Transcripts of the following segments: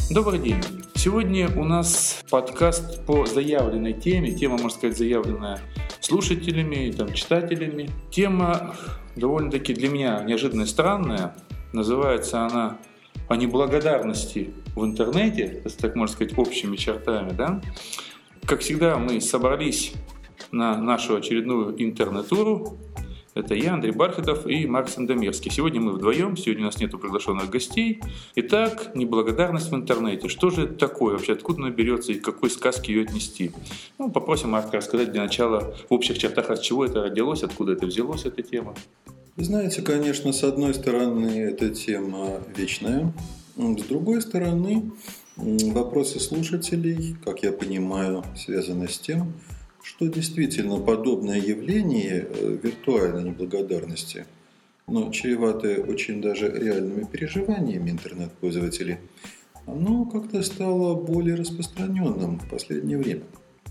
Добрый день. Сегодня у нас подкаст по заявленной теме. Тема, можно сказать, заявленная слушателями и читателями. Тема довольно-таки для меня неожиданно странная. Называется она «О неблагодарности в интернете», если так можно сказать, общими чертами. Да? Как всегда, мы собрались на нашу очередную интернет-туру. Это я, Андрей Бархатов и Марк Сандомирский. Сегодня мы вдвоем, сегодня у нас нет приглашенных гостей. Итак, неблагодарность в интернете. Что же это такое вообще? Откуда она берется и к какой сказке ее отнести? Попросим Марка рассказать для начала в общих чертах, от чего это родилось, откуда это взялось, эта тема. Вы знаете, конечно, с одной стороны, эта тема вечная. С другой стороны, вопросы слушателей, как я понимаю, связаны с тем, что действительно подобное явление виртуальной неблагодарности, но чреватое очень даже реальными переживаниями интернет-пользователей, оно как-то стало более распространенным в последнее время.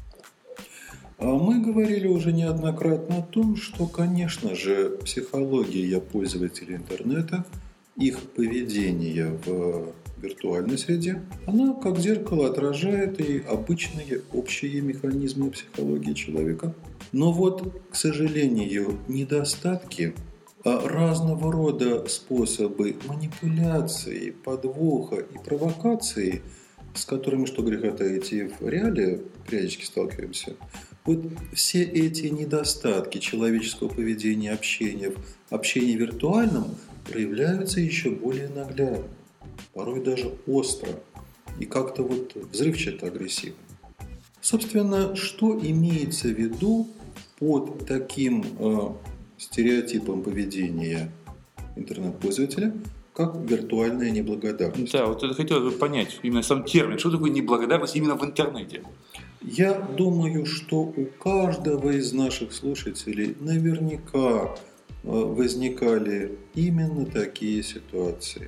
Мы говорили уже неоднократно о том, что, конечно же, психология пользователей интернета, их поведение в виртуальной среде, она как зеркало отражает и обычные общие механизмы психологии человека. Но к сожалению, недостатки, разного рода способы манипуляции, подвоха и провокации, с которыми, что греха таить, и в реале периодически сталкиваемся, все эти недостатки человеческого поведения, общения в общении виртуальном проявляются еще более наглядно, порой даже остро и как-то взрывчато агрессивно. Собственно, что имеется в виду под таким стереотипом поведения интернет-пользователя, как виртуальная неблагодарность? Да, это хотелось бы понять, именно сам термин, что такое неблагодарность именно в интернете? Я думаю, что у каждого из наших слушателей наверняка возникали именно такие ситуации.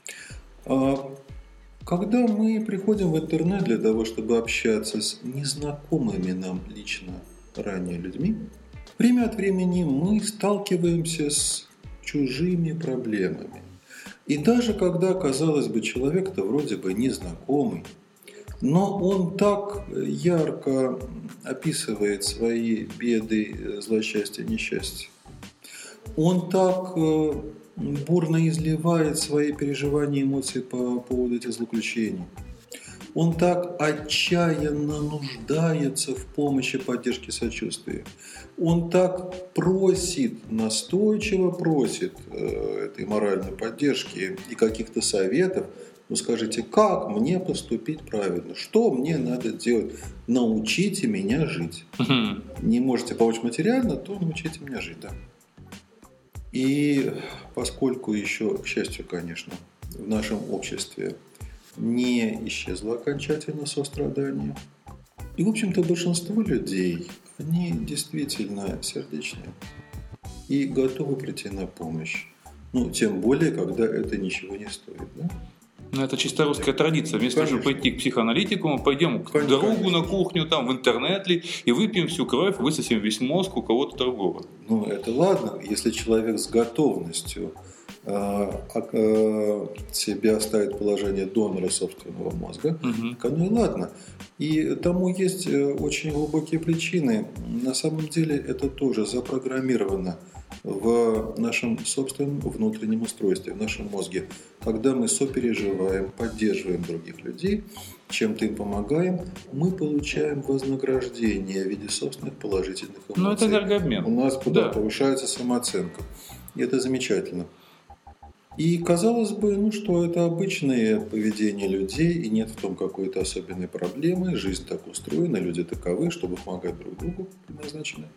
Когда мы приходим в интернет для того, чтобы общаться с незнакомыми нам лично ранее людьми, время от времени мы сталкиваемся с чужими проблемами. И даже когда, казалось бы, человек-то вроде бы незнакомый, но он так ярко описывает свои беды, злосчастья, несчастья. Он так бурно изливает свои переживания и эмоции по поводу этих злоключений. Он так отчаянно нуждается в помощи, поддержке, сочувствии. Он так просит, настойчиво просит этой моральной поддержки и каких-то советов. Скажите, как мне поступить правильно? Что мне надо делать? Научите меня жить. Не можете помочь материально, то научите меня жить, да. И поскольку еще, к счастью, конечно, в нашем обществе не исчезло окончательно сострадание, и, в общем-то, большинство людей, они действительно сердечные и готовы прийти на помощь. Тем более, когда это ничего не стоит, да? Это чисто русская традиция. Вместо того, чтобы пойти к психоаналитику, мы пойдем к другу на кухню, в интернет ли, и выпьем всю кровь, высосем весь мозг у кого-то другого. Это ладно, если человек с готовностью себя ставит в положение донора собственного мозга, так оно и ладно. И тому есть очень глубокие причины. На самом деле это тоже запрограммировано в нашем собственном внутреннем устройстве, в нашем мозге. Когда мы сопереживаем, поддерживаем других людей, чем-то им помогаем, мы получаем вознаграждение в виде собственных положительных эмоций. Это энергообмен. У нас повышается самооценка. И это замечательно. И казалось бы, что это обычное поведение людей, и нет в том какой-то особенной проблемы. Жизнь так устроена, люди таковы, чтобы помогать друг другу предназначены.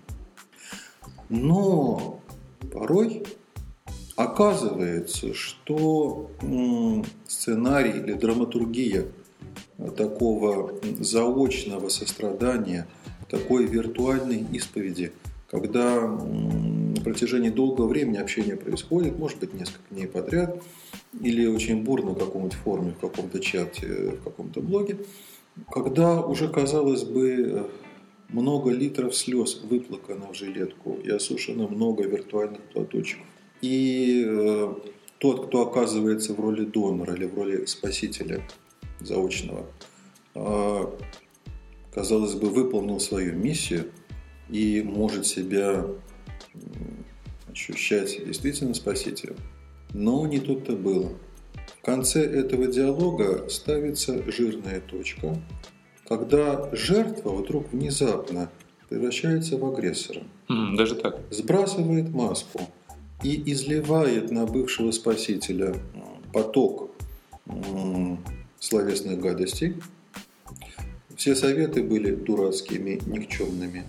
Но порой оказывается, что сценарий или драматургия такого заочного сострадания, такой виртуальной исповеди, когда на протяжении долгого времени общение происходит, может быть, несколько дней подряд, или очень бурно в каком-нибудь форуме, в каком-то чате, в каком-то блоге, когда уже, казалось бы, много литров слез выплакано в жилетку и осушено много виртуальных платочков. И тот, кто оказывается в роли донора или в роли спасителя, заочного, казалось бы, выполнил свою миссию и может себя ощущать действительно спасителем. Но не тут-то было. В конце этого диалога ставится жирная точка, когда жертва вдруг внезапно превращается в агрессора. Даже так? Сбрасывает маску и изливает на бывшего спасителя поток словесных гадостей. Все советы были дурацкими, никчемными.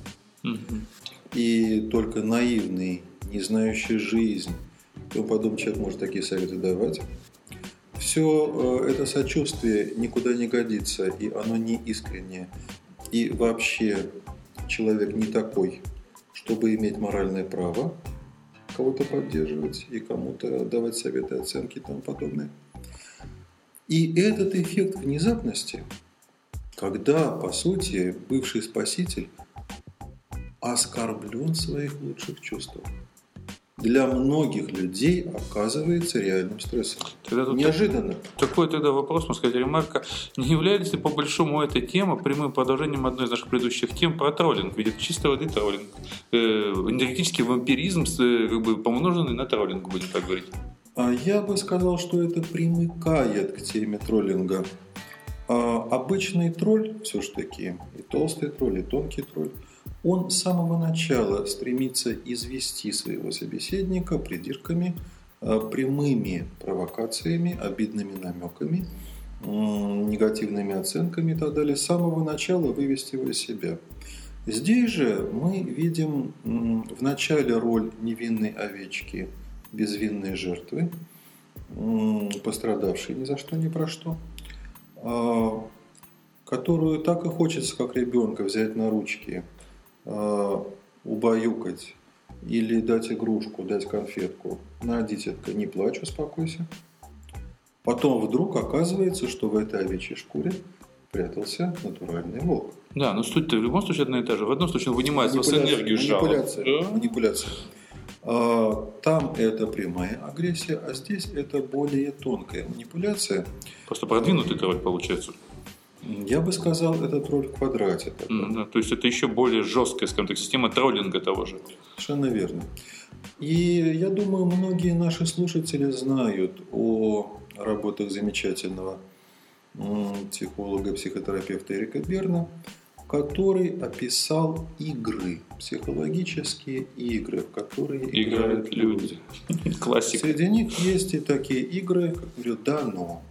И только наивный, не знающий жизнь, и тому подобный человек может такие советы давать. Все это сочувствие никуда не годится, и оно не искреннее. И вообще человек не такой, чтобы иметь моральное право кого-то поддерживать и кому-то давать советы, оценки и тому подобное. И этот эффект внезапности, когда, по сути, бывший спаситель оскорблен в своих лучших чувствах, для многих людей оказывается реальным стрессом. Неожиданно. Такой тогда вопрос, можно сказать, ремарка. Не является ли по-большому эта тема прямым продолжением одной из наших предыдущих тем про троллинг? Ведь это чистой воды троллинг. Энергетический вампиризм, помноженный на троллинг, будем так говорить. Я бы сказал, что это примыкает к теме троллинга. Обычный тролль, все же таки, и толстый тролль, и тонкий тролль, он с самого начала стремится извести своего собеседника придирками, прямыми провокациями, обидными намеками, негативными оценками и так далее. С самого начала вывести его из себя. Здесь же мы видим в начале роль невинной овечки, безвинной жертвы, пострадавшей ни за что, ни про что, которую так и хочется, как ребенка, взять на ручки, убаюкать или дать игрушку, дать конфетку. На, дитятка, не плачь, успокойся. Потом вдруг оказывается, что в этой овечьей шкуре прятался натуральный волк. Да, но суть-то в любом случае одна и та же. В одном случае он вынимает свою энергию, манипуляция. Там это прямая агрессия, а здесь это более тонкая манипуляция. Просто продвинутый тролль получается. Я бы сказал, это тролль в квадрате. Да, то есть это еще более жесткая, скажем так, система троллинга того же. Совершенно верно. И я думаю, многие наши слушатели знают о работах замечательного психолога, психотерапевта Эрика Берна, который описал игры, психологические игры, в которые играют люди. Классика. Среди них есть и такие игры, как, например, «да-но».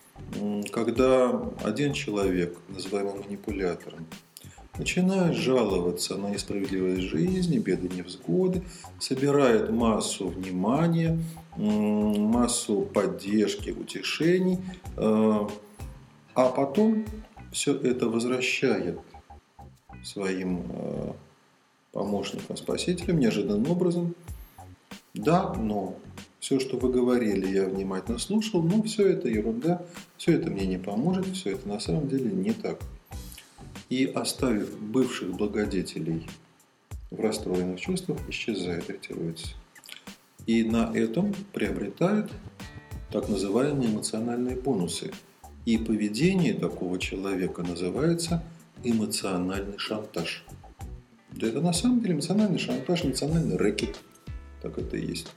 Когда один человек, называемый манипулятором, начинает жаловаться на несправедливость жизни, беды, невзгоды, собирает массу внимания, массу поддержки, утешений, а потом все это возвращает своим помощникам, спасителям неожиданным образом. Да, но все, что вы говорили, я внимательно слушал, но все это ерунда, все это мне не поможет, все это на самом деле не так. И оставив бывших благодетелей в расстроенных чувствах, исчезает, ретируется. И на этом приобретают так называемые эмоциональные бонусы. И поведение такого человека называется эмоциональный шантаж. Да это на самом деле эмоциональный шантаж, эмоциональный рэкет. Так это и есть.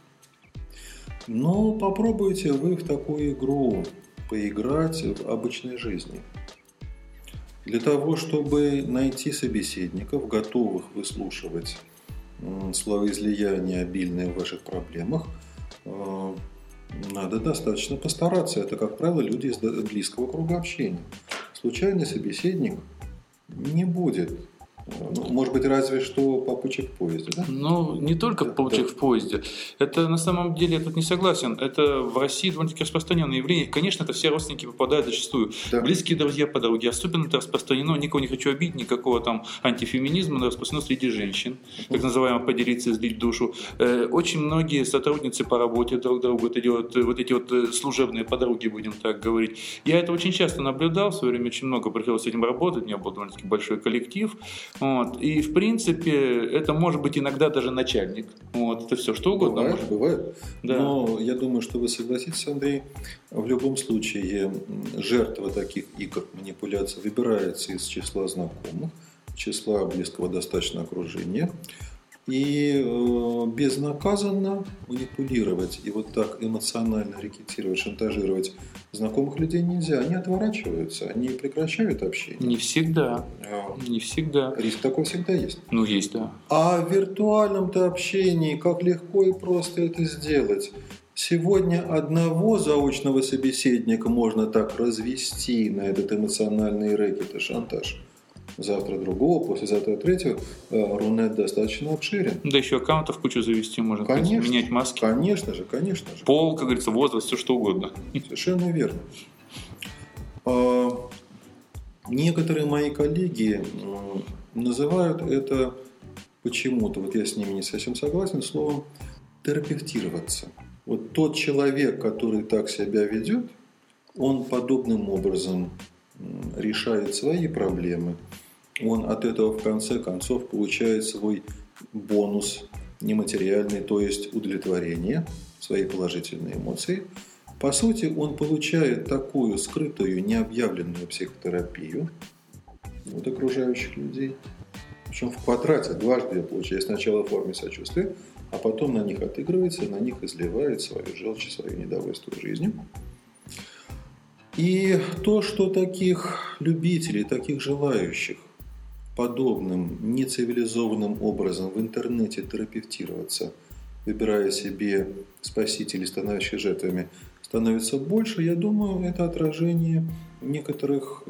Но попробуйте вы в такую игру поиграть в обычной жизни. Для того, чтобы найти собеседников, готовых выслушивать словоизлияния обильные в ваших проблемах, надо достаточно постараться. Это, как правило, люди из близкого круга общения. Случайный собеседник не будет. Может быть, разве что попутчик в поезде, да? Ну, не только попутчик в поезде. Это на самом деле, я тут не согласен. Это в России довольно-таки распространенное явление. Конечно, это все родственники попадают зачастую. Да. Близкие друзья, подруги. Особенно это распространено, никого не хочу обидеть, никакого там антифеминизма, но распространено среди женщин. Так называемо поделиться, злить душу. Очень многие сотрудницы по работе друг другу это делают, вот эти вот служебные подруги, будем так говорить. Я это очень часто наблюдал. В свое время очень много приходилось с этим работать. У меня был довольно-таки большой коллектив. Вот. И, в принципе, это может быть иногда даже начальник. Вот. Это все что угодно. Бывает. Да. Но я думаю, что вы согласитесь, Андрей, в любом случае жертва таких игр, манипуляций выбирается из числа знакомых, числа близкого достаточно окружения. И безнаказанно манипулировать и вот так эмоционально рекетировать, шантажировать знакомых людей нельзя. Они отворачиваются, они прекращают общение. Не всегда. Не всегда. Риск такой всегда есть. Ну, есть, да. А в виртуальном-то общении как легко и просто это сделать. Сегодня одного заочного собеседника можно так развести на этот эмоциональный рэкет и шантаж. Завтра другого, послезавтра третьего. Рунет достаточно обширен. Да еще аккаунтов кучу завести можно. Конечно, менять маски. Конечно же. Пол, как говорится, возраст, все что угодно. Совершенно верно. Некоторые мои коллеги называют это почему-то, вот я с ними не совсем согласен, словом терапевтироваться. Вот тот человек, который так себя ведет, он подобным образом решает свои проблемы. Он от этого в конце концов получает свой бонус нематериальный, то есть удовлетворение, свои положительные эмоции. По сути, он получает такую скрытую, необъявленную психотерапию от окружающих людей. Причем в квадрате дважды получает сначала в форме сочувствия, а потом на них отыгрывается, на них изливает свою желчь, свое недовольство жизнью. И то, что таких любителей, таких желающих подобным нецивилизованным образом в интернете терапевтироваться, выбирая себе спасителей, становящих жертвами, становится больше, я думаю, это отражение некоторых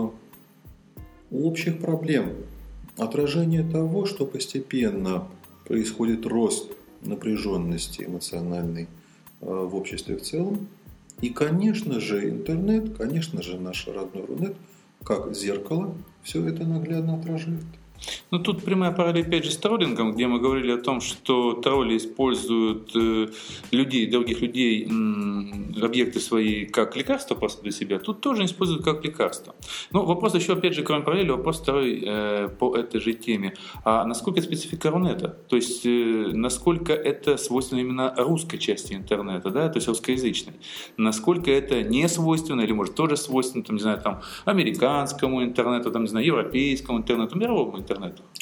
общих проблем. Отражение того, что постепенно происходит рост напряженности эмоциональной в обществе в целом. И, конечно же, интернет, конечно же, наш родной Рунет, как зеркало, все это наглядно отражает. Ну, тут прямая параллель, опять же, с троллингом, где мы говорили о том, что тролли используют людей, других людей, объекты свои как лекарство просто для себя. Тут тоже используют как лекарство. Но вопрос еще, опять же, кроме параллели, вопрос второй по этой же теме. А насколько специфика Рунета? То есть, насколько это свойственно именно русской части интернета, да, то есть русскоязычной? Насколько это не свойственно, или, может, тоже свойственно, там, не знаю, там, американскому интернету, там, не знаю, европейскому интернету, мировому интернету?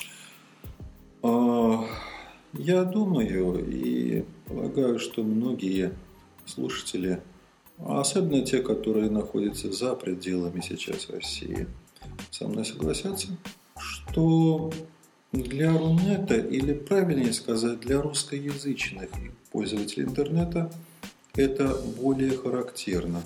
Я думаю и полагаю, что многие слушатели, особенно те, которые находятся за пределами сейчас России, со мной согласятся, что для Рунета, или правильнее сказать, для русскоязычных пользователей интернета, это более характерно.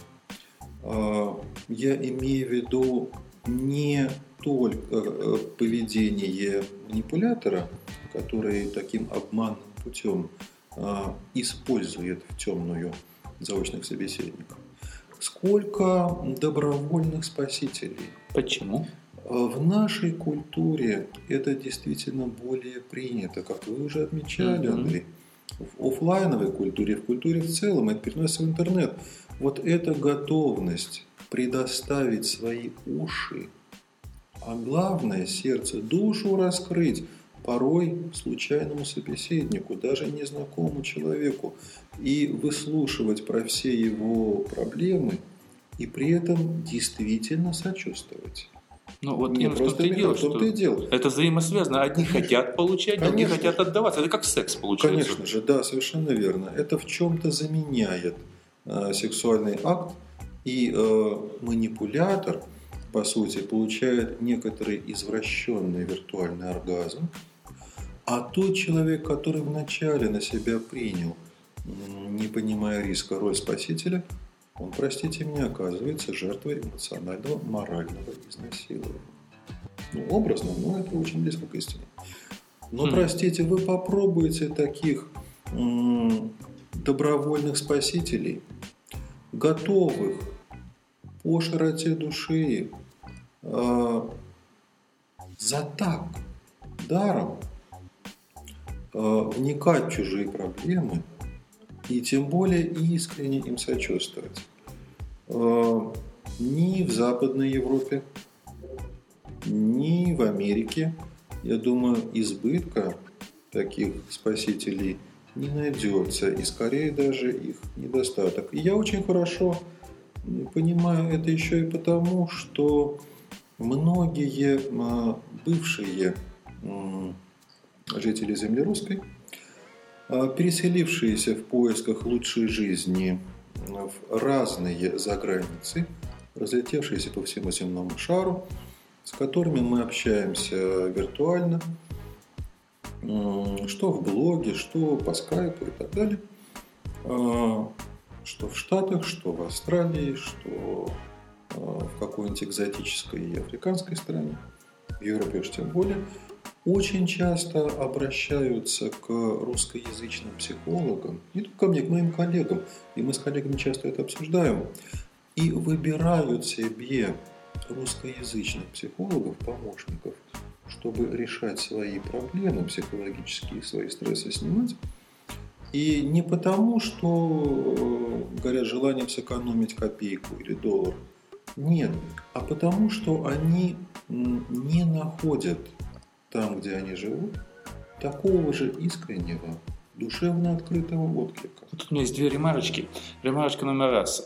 Я имею в виду не только поведение манипулятора, который таким обманным путем использует в темную заочных собеседников, сколько добровольных спасителей. Почему? В нашей культуре это действительно более принято, как вы уже отмечали, Андрей. В офлайновой культуре, в культуре в целом, это переносится в интернет. Вот эта готовность предоставить свои уши, а главное, сердце, душу раскрыть порой случайному собеседнику, даже незнакомому человеку, и выслушивать про все его проблемы, и при этом действительно сочувствовать. Ну вот именно в том-то и дело, что это взаимосвязано. Одни хотят получать, другие хотят отдаваться. Это как секс получается. Конечно же, да, совершенно верно. Это в чем-то заменяет сексуальный акт, и манипулятор, по сути, получает некоторый извращенный виртуальный оргазм, а тот человек, который вначале на себя принял, не понимая риска, роль спасителя, он, простите меня, оказывается жертвой эмоционального, морального изнасилования. Ну, образно, но это очень близко к истине. Но, простите, вы попробуйте таких добровольных спасителей, готовых по широте души за так, даром вникать в чужие проблемы и тем более искренне им сочувствовать. Ни в Западной Европе, ни в Америке я думаю, избытка таких спасителей не найдется, и скорее даже их недостаток. И я очень хорошо понимаю это еще и потому, что многие бывшие жители земли русской, переселившиеся в поисках лучшей жизни в разные заграницы, разлетевшиеся по всему земному шару, с которыми мы общаемся виртуально, что в блоге, что по скайпу и так далее, что в Штатах, что в Австралии, что в какой-нибудь экзотической и африканской стране, в Европе уж тем более, очень часто обращаются к русскоязычным психологам, не только ко мне, к моим коллегам, и мы с коллегами часто это обсуждаем, и выбирают себе русскоязычных психологов, помощников, чтобы решать свои проблемы психологические, свои стрессы снимать. И не потому, что горят желанием сэкономить копейку или доллар. Нет, а потому, что они не находят там, где они живут, такого же искреннего, душевно открытого отклика. Тут у меня есть две ремарочки. Ремарочка номер раз.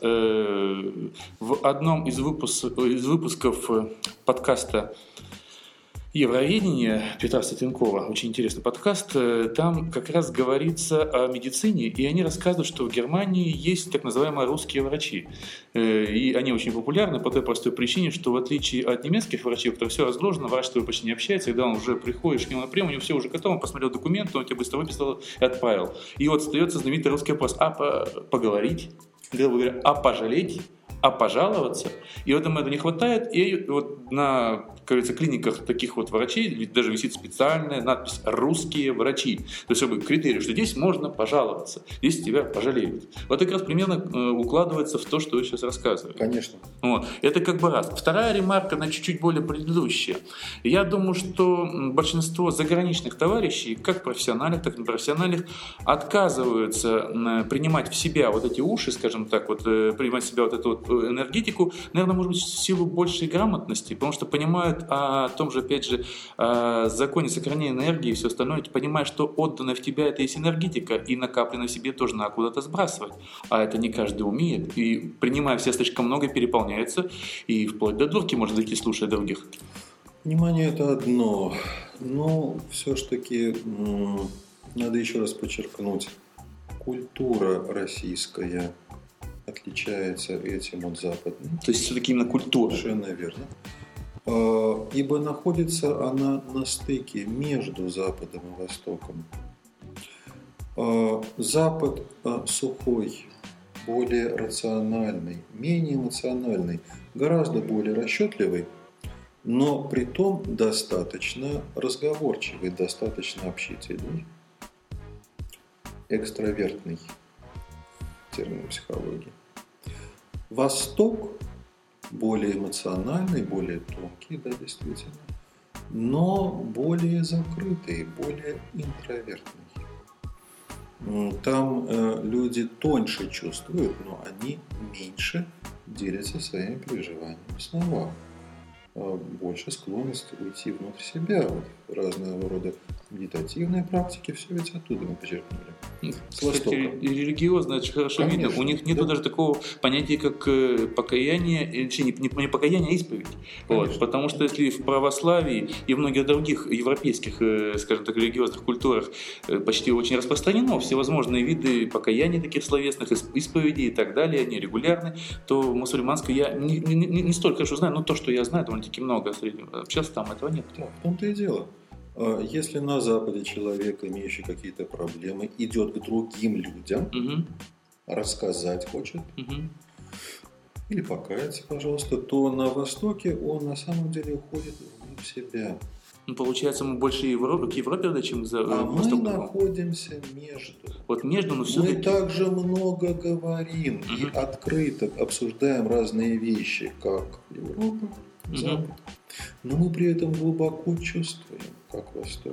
В одном из выпусков подкаста «Евроведение» Петра Сатенкова, очень интересный подкаст, там как раз говорится о медицине, и они рассказывают, что в Германии есть так называемые русские врачи. И они очень популярны по той простой причине, что в отличие от немецких врачей, у которых все разложено, врач с тобой почти не общается, когда он уже приходишь к нему на прием, у него все уже готово, он посмотрел документы, он тебе быстро выписал и отправил. И вот остается знаменитый русский вопрос: поговорить, грубо говоря, пожалеть, пожаловаться. И вот этого не хватает. И вот на, как говорится, клиниках таких вот врачей даже висит специальная надпись «Русские врачи». То есть критерий, что здесь можно пожаловаться, здесь тебя пожалеют. Вот как раз примерно укладывается в то, что вы сейчас рассказываете. Конечно. Вот. Это как бы раз. Вторая ремарка, она чуть-чуть более предыдущая. Я думаю, что большинство заграничных товарищей, как профессиональных, так и непрофессиональных, отказываются принимать в себя вот эти уши, скажем так, вот принимать в себя вот эту вот энергетику, наверное, может быть, в силу большей грамотности, потому что понимают о том же, опять же, законе сохранения энергии и все остальное, понимают, что отданная в тебя это есть энергетика, и накопленная в себе тоже надо куда-то сбрасывать. А это не каждый умеет, и принимая в себя слишком много, переполняется, и вплоть до дурки можно дойти, слушая других. Внимание – это одно, но все-таки надо еще раз подчеркнуть, культура российская отличается этим от западной. То есть все-таки именно культура. Совершенно верно. Ибо находится она на стыке между Западом и Востоком. Запад сухой, более рациональный, менее эмоциональный, гораздо более расчетливый, но при том достаточно разговорчивый, достаточно общительный, экстравертный, термин психологии. Восток более эмоциональный, более тонкий, да, действительно, но более закрытый, более интровертный. Там люди тоньше чувствуют, но они меньше делятся своими переживаниями снова. Больше склонность уйти внутрь себя. Вот разного рода медитативные практики, все ведь оттуда мы почерпнули. Кстати, религиозно очень хорошо видно. У них нет даже такого понятия, как покаяние, не покаяние, а исповедь. Вот. Потому что если в православии и в многих других европейских, скажем так, религиозных культурах почти очень распространено всевозможные виды покаяний таких словесных, исповедей и так далее, они регулярны, то в мусульманской я не столько хорошо знаю, но то, что я знаю, довольно-таки много общался, там этого нет. Да, в том-то и дело. Если на Западе человек, имеющий какие-то проблемы, идет к другим людям, рассказать хочет, или покаяться, пожалуйста, то на Востоке он на самом деле уходит вглубь себя. Ну, получается, мы больше к Европе, чем за Восток. Мы находимся между. Вот между, но все-таки... Мы также много говорим и открыто обсуждаем разные вещи, как Европа, Запад. Но мы при этом глубоко чувствуем, как Восток.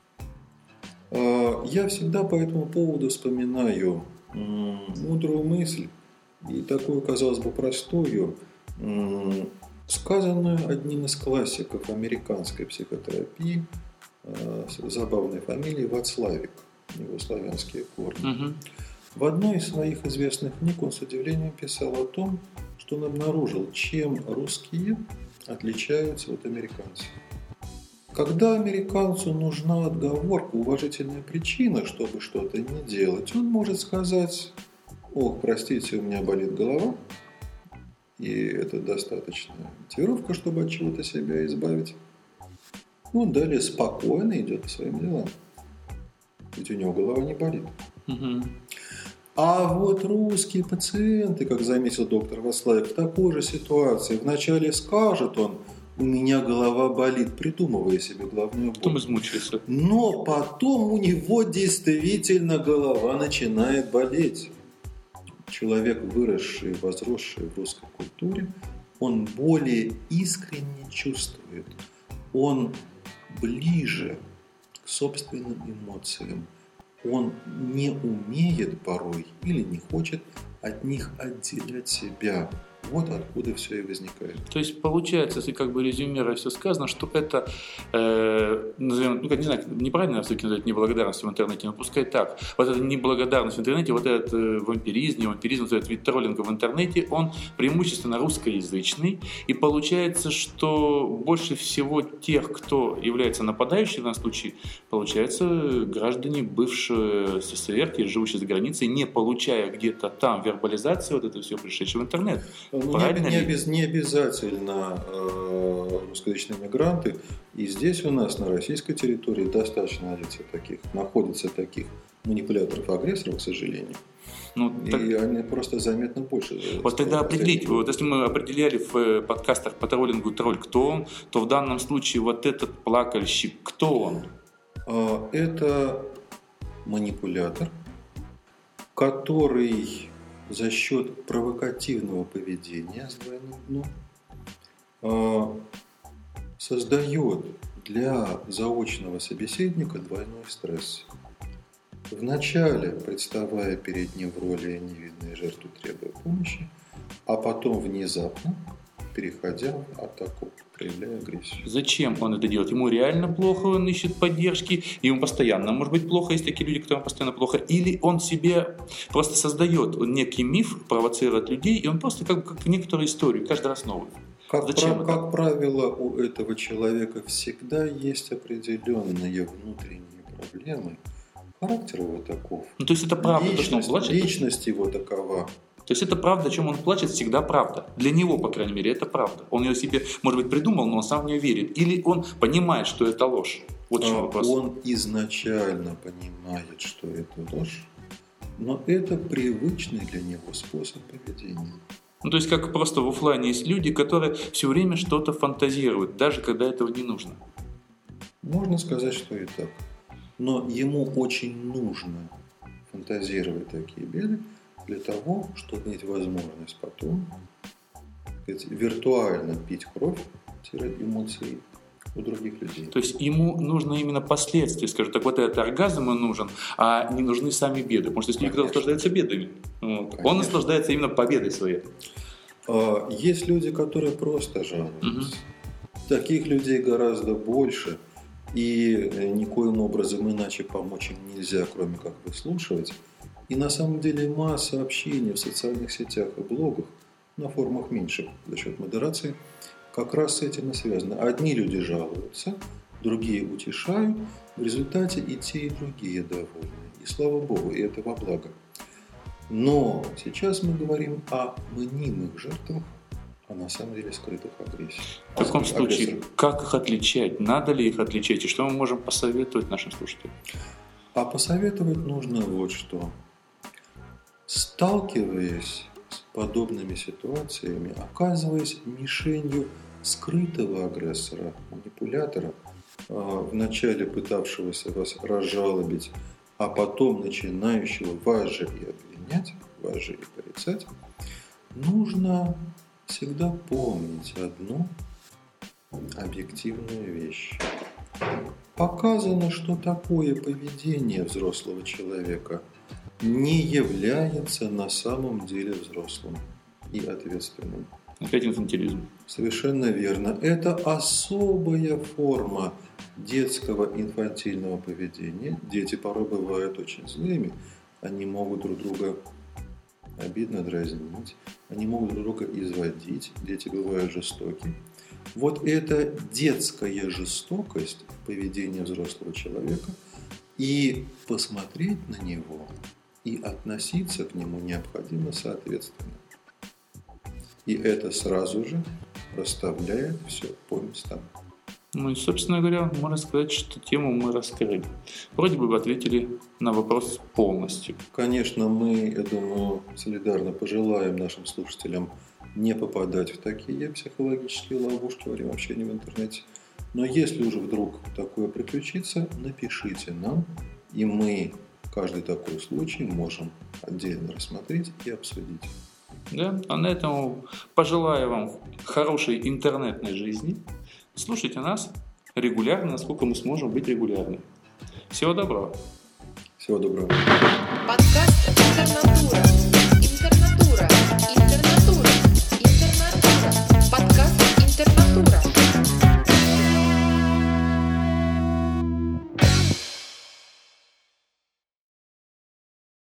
Я всегда по этому поводу вспоминаю мудрую мысль, и такую, казалось бы, простую, сказанную одним из классиков американской психотерапии забавной фамилией Вацлавик, его славянские корни. Угу. В одной из своих известных книг он с удивлением писал о том, что он обнаружил, чем русские отличаются от американцев. Когда американцу нужна отговорка, уважительная причина, чтобы что-то не делать, он может сказать: «Ох, простите, у меня болит голова», и это достаточная мотивировка, чтобы от чего-то себя избавить. Он далее спокойно идет по своим делам, ведь у него голова не болит. Угу. А вот русские пациенты, как заметил доктор Вацлавик, в такой же ситуации вначале скажет он: «У меня голова болит», придумывая себе головную боль. Потом измучился. Но потом у него действительно голова начинает болеть. Человек, выросший, возросший в русской культуре, он более искренне чувствует, он ближе к собственным эмоциям. Он не умеет порой или не хочет от них отделять себя. Вот откуда все и возникает. То есть получается, если как бы резюмируя все сказано, что это, назовем, не знаю, неправильно все-таки назвать неблагодарность в интернете, но пускай так. Вот эта неблагодарность в интернете, вот этот вампиризм, этот вид троллинга в интернете, он преимущественно русскоязычный. И получается, что больше всего тех, кто является нападающим в данном случае, получается граждане бывшего СССР, те, живущие за границей, не получая где-то там вербализации, вот это все пришедшее в интернет. Не обязательно русскоязычные мигранты. И здесь у нас, на российской территории, достаточно находится таких манипуляторов-агрессоров, к сожалению. И они просто заметно больше. Вот тогда определить, вот если мы определяли в подкастах по троллингу тролль, кто он, то в данном случае вот этот плакальщик, кто он? Это манипулятор, который за счет провокативного поведения с двойным дном создает для заочного собеседника двойной стресс. Вначале представая перед ним в роли невинной жертвы, требуя помощи, а потом внезапно переходя в атаку, проявляя агрессию. Зачем он это делает? Ему реально плохо, он ищет поддержки, ему постоянно может быть плохо, есть такие люди, которым постоянно плохо, или он себе просто создает некий миф, провоцирует людей, и он просто как некоторую историю, каждый раз новую. Как правило, у этого человека всегда есть определенные внутренние проблемы. Характер его таков. То есть это правда, то, что он плачет? Личность его такова. То есть это правда, о чем он плачет, всегда правда. Для него, по крайней мере, это правда. Он ее себе, может быть, придумал, но он сам в нее верит. Или он понимает, что это ложь. Вот в чем вопрос. Он изначально понимает, что это ложь, но это привычный для него способ поведения. То есть как просто в офлайне есть люди, которые все время что-то фантазируют, даже когда этого не нужно. Можно сказать, что и так. Но ему очень нужно фантазировать такие беды, для того, чтобы иметь возможность потом виртуально пить кровь, эмоции у других людей. То есть ему нужно именно последствия, скажем так, вот этот оргазм ему нужен, а не нужны сами беды. Потому что если кто-то наслаждается бедами, он наслаждается именно победой своей. Есть люди, которые просто жалуются. Таких людей гораздо больше, и никоим образом иначе помочь им нельзя, кроме как выслушивать. И на самом деле масса общения в социальных сетях и блогах на форумах меньше за счет модерации как раз с этим и связано. Одни люди жалуются, другие утешают, в результате и те, и другие довольны. И слава Богу, и это во благо. Но сейчас мы говорим о мнимых жертвах, а на самом деле скрытых агрессий. В таком случае, как их отличать? Надо ли их отличать? И что мы можем посоветовать нашим слушателям? А посоветовать нужно вот что. Сталкиваясь с подобными ситуациями, оказываясь мишенью скрытого агрессора, манипулятора, вначале пытавшегося вас разжалобить, а потом начинающего вас же и обвинять, вас же и порицать, нужно всегда помнить одну объективную вещь. Показано, что такое поведение взрослого человека не является на самом деле взрослым и ответственным. Опять инфантилизм. Совершенно верно. Это особая форма детского инфантильного поведения. Дети порой бывают очень злыми. Они могут друг друга обидно дразнить. Они могут друг друга изводить. Дети бывают жестоки. Вот эта детская жестокость в поведении взрослого человека, и посмотреть на него, и относиться к нему необходимо соответственно. И это сразу же расставляет все по местам. Ну и, собственно говоря, можно сказать, что тему мы раскрыли. Вроде бы ответили на вопрос полностью. Конечно, мы, я думаю, солидарно пожелаем нашим слушателям не попадать в такие психологические ловушки во время общения в интернете. Но если уже вдруг такое приключится, напишите нам, и мы каждый такой случай можем отдельно рассмотреть и обсудить. Да? А на этом пожелаю вам хорошей интернетной жизни. Слушайте нас регулярно, насколько мы сможем быть регулярны. Всего доброго. Всего доброго. Подкаст «Интернатура».